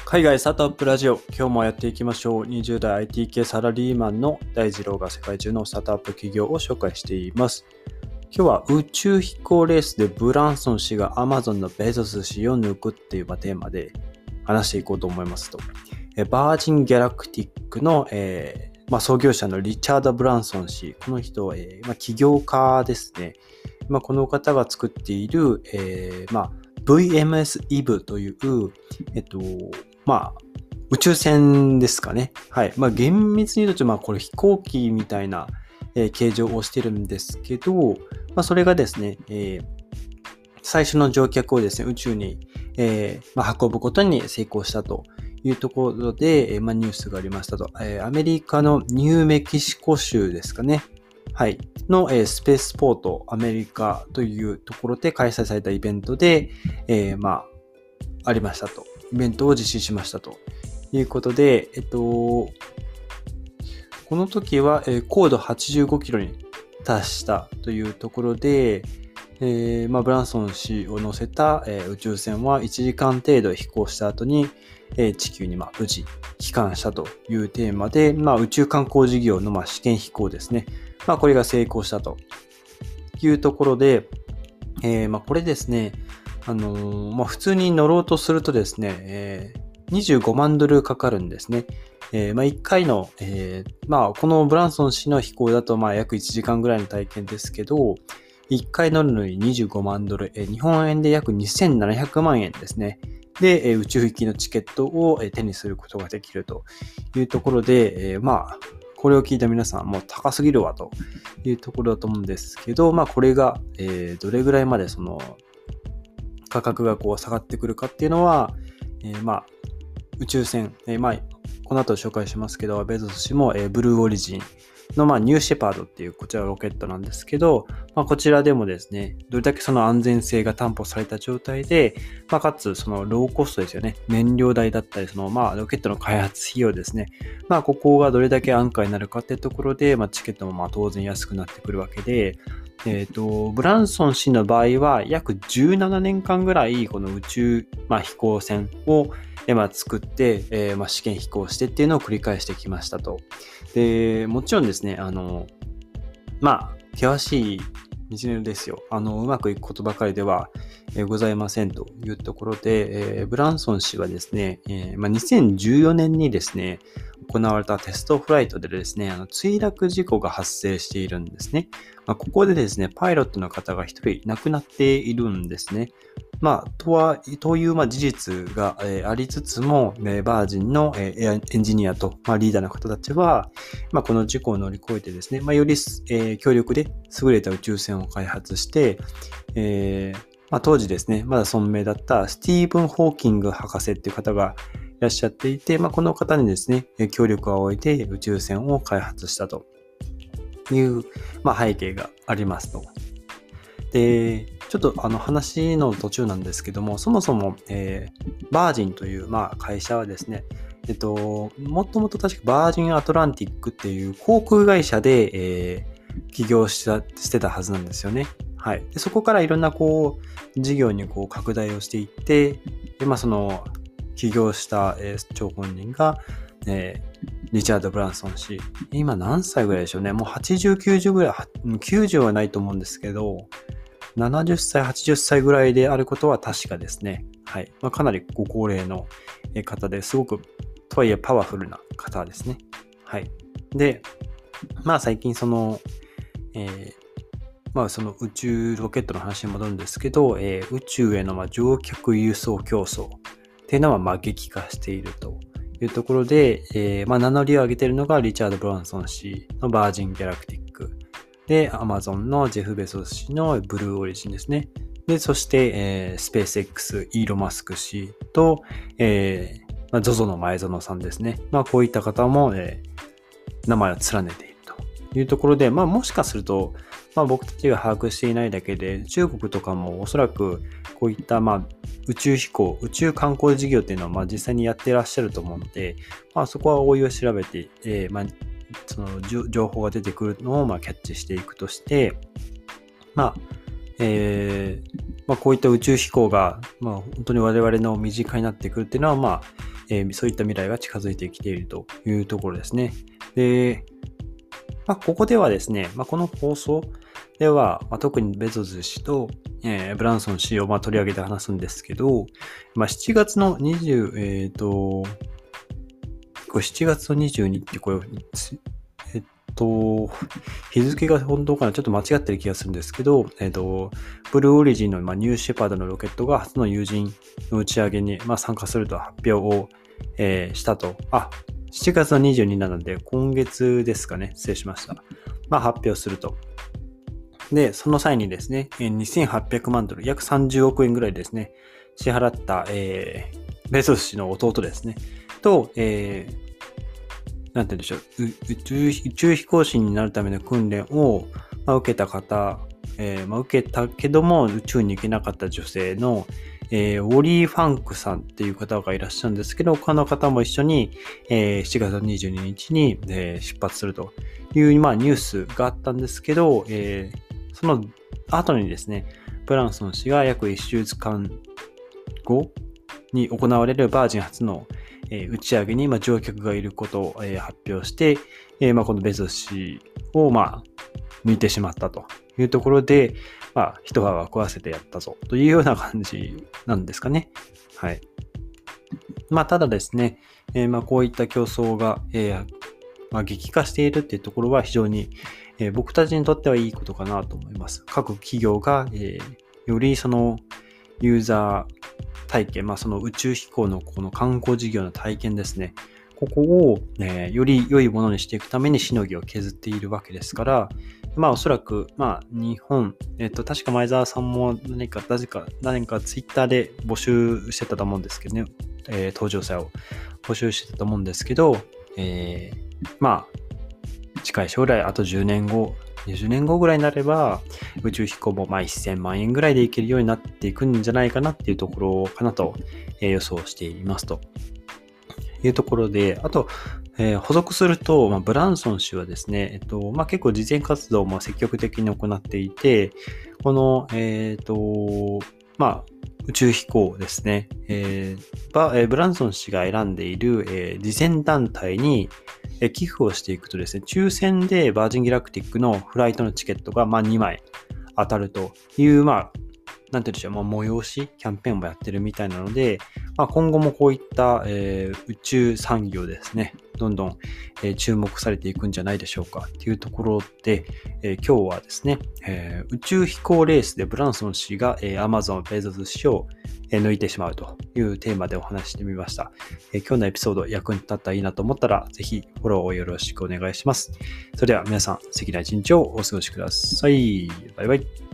海外スタートアップラジオ、今日もやっていきましょう。20代 IT 系サラリーマンの大二郎が世界中のスタートアップ企業を紹介しています。今日は宇宙飛行レースでブランソン氏が Amazon のベゾス氏を抜くっていうテーマで話していこうと思いますと。バージン・ギャラクティックの、創業者のリチャード・ブランソン氏、この人、起業家ですね。この方が作っている、VMS イブという、宇宙船ですかね。はい。厳密に言うと、これ飛行機みたいな、形状をしてるんですけど、それがですね、最初の乗客をですね、宇宙に、運ぶことに成功したというところで、ニュースがありましたと。アメリカのニューメキシコ州ですかね。はい。の、スペースポートアメリカというところで開催されたイベントで、ありましたと。イベントを実施しましたということで、この時は、高度85キロに達したというところで、ブランソン氏を乗せた、宇宙船は1時間程度飛行した後に、地球に無事帰還したというテーマで、宇宙観光事業の試験飛行ですね。これが成功したというところで、これですね、普通に乗ろうとするとですね、25万ドルかかるんですね。1回の、このブランソン氏の飛行だと約1時間ぐらいの体験ですけど、1回乗るのに25万ドル、日本円で約2700万円ですね。で、宇宙行きのチケットを手にすることができるというところで、これを聞いた皆さんもう高すぎるわというところだと思うんですけど、これが、どれぐらいまでその価格が下がってくるかっていうのは、宇宙船、この後紹介しますけど、ベゾス氏も、ブルーオリジンの、ニューシェパードっていうこちらロケットなんですけど、こちらでもですね、どれだけその安全性が担保された状態で、かつそのローコストですよね、燃料代だったり、そのロケットの開発費用ですね、ここがどれだけ安価になるかっていうところで、チケットも当然安くなってくるわけで、ブランソン氏の場合は約17年間ぐらいこの宇宙、飛行船を作って、試験飛行してっていうのを繰り返してきましたと。で、もちろんですね、険しい道のりですよ。うまくいくことばかりでは、ございませんというところで、ブランソン氏はですね、2014年にですね、行われたテストフライトでですね、墜落事故が発生しているんですね。ここでですね、パイロットの方が一人亡くなっているんですね。という事実がありつつも、バージンのエンジニアとリーダーの方たちは、この事故を乗り越えてですね、より強力で優れた宇宙船を開発して、当時ですね、まだ存命だったスティーブン・ホーキング博士っていう方がいらっしゃっていて、この方にですね、協力を仰いで宇宙船を開発したという、背景がありますと。で、ちょっと話の途中なんですけども、そもそも、バージンという、会社はですね、もともと確かバージンアトランティックっていう航空会社で、起業してたはずなんですよね。はい。で、そこからいろんな事業に拡大をしていって、で、その起業した、張本人が、リチャード・ブランソン氏。今何歳ぐらいでしょうね。もう80、90ぐらい、90はないと思うんですけど、70歳、80歳ぐらいであることは確かですね。はい。かなりご高齢の方ですごく、とはいえパワフルな方ですね。はい。で、最近その宇宙ロケットの話に戻るんですけど、宇宙への乗客輸送競争っていうのは激化しているというところで、名乗りを上げているのがリチャード・ブランソン氏のバージン・ギャラクティックで、アマゾンのジェフ・ベゾス氏のブルーオリジンですね。で、そして、スペース X、イーロン・マスク氏と、ZOZO の前園さんですね。こういった方も、名前を連ねているというところで、もしかすると、僕たちが把握していないだけで、中国とかもおそらくこういった宇宙飛行、宇宙観光事業っていうのは実際にやっていらっしゃると思うので、そこは応用調べて、その情報が出てくるのをキャッチしていくとして、こういった宇宙飛行が、本当に我々の身近になってくるっていうのは、 そういった未来が近づいてきているというところですね。で、ここではですね、この放送では、特にベゾス氏と、ブランソン氏を取り上げて話すんですけど、7月の20、7月の22ってこれ、日付が本当かなちょっと間違ってる気がするんですけど、ブルーオリジンのニューシェパードのロケットが初の有人の打ち上げに参加すると発表を、したと。7月の22日なので今月ですかね。失礼しました。発表すると。で、その際にですね、2800万ドル、約30億円ぐらいですね、支払った、ベゾス氏の弟ですね、と、なんて言うんでしょう、宇宙飛行士になるための訓練を、受けた方、受けたけども宇宙に行けなかった女性の、ウォリー・ファンクさんっていう方がいらっしゃるんですけど、他の方も一緒に、7月22日に、出発するという、ニュースがあったんですけど、その後にですね、ブランソン氏が約1週間後に行われるバージン初の、打ち上げに、乗客がいることを、発表して、このベゾス氏を、抜いてしまったというところで、一泡食わせてやったぞというような感じなんですかね。はい。ただですね、こういった競争が、激化しているっていうところは非常に、僕たちにとってはいいことかなと思います。各企業が、よりそのユーザー体験、その宇宙飛行のこの観光事業の体験ですね。ここを、より良いものにしていくためにしのぎを削っているわけですから、おそらく、日本、確か前澤さんも何かツイッターで募集してたと思うんですけどね、搭乗者を募集してたと思うんですけど、近い将来、あと10年後、20年後ぐらいになれば、宇宙飛行も1000万円ぐらいで行けるようになっていくんじゃないかなっていうところかなと、予想していますというところで、あと、補足すると、ブランソン氏はですね、結構慈善活動も積極的に行っていて、この、宇宙飛行ですね、ブランソン氏が選んでいる、慈善団体に寄付をしていくとですね、抽選でバージンギラクティックのフライトのチケットが2枚当たるという、なんて言うんでしょう、催し、キャンペーンもやってるみたいなので、今後もこういった、宇宙産業ですね、どんどん、注目されていくんじゃないでしょうかっていうところで、今日はですね、宇宙飛行レースでブランソン氏が、Amazon ベゾス氏を抜いてしまうというテーマでお話してみました。今日のエピソード役に立ったらいいなと思ったら、ぜひフォローをよろしくお願いします。それでは皆さん、素敵な一日をお過ごしください。バイバイ。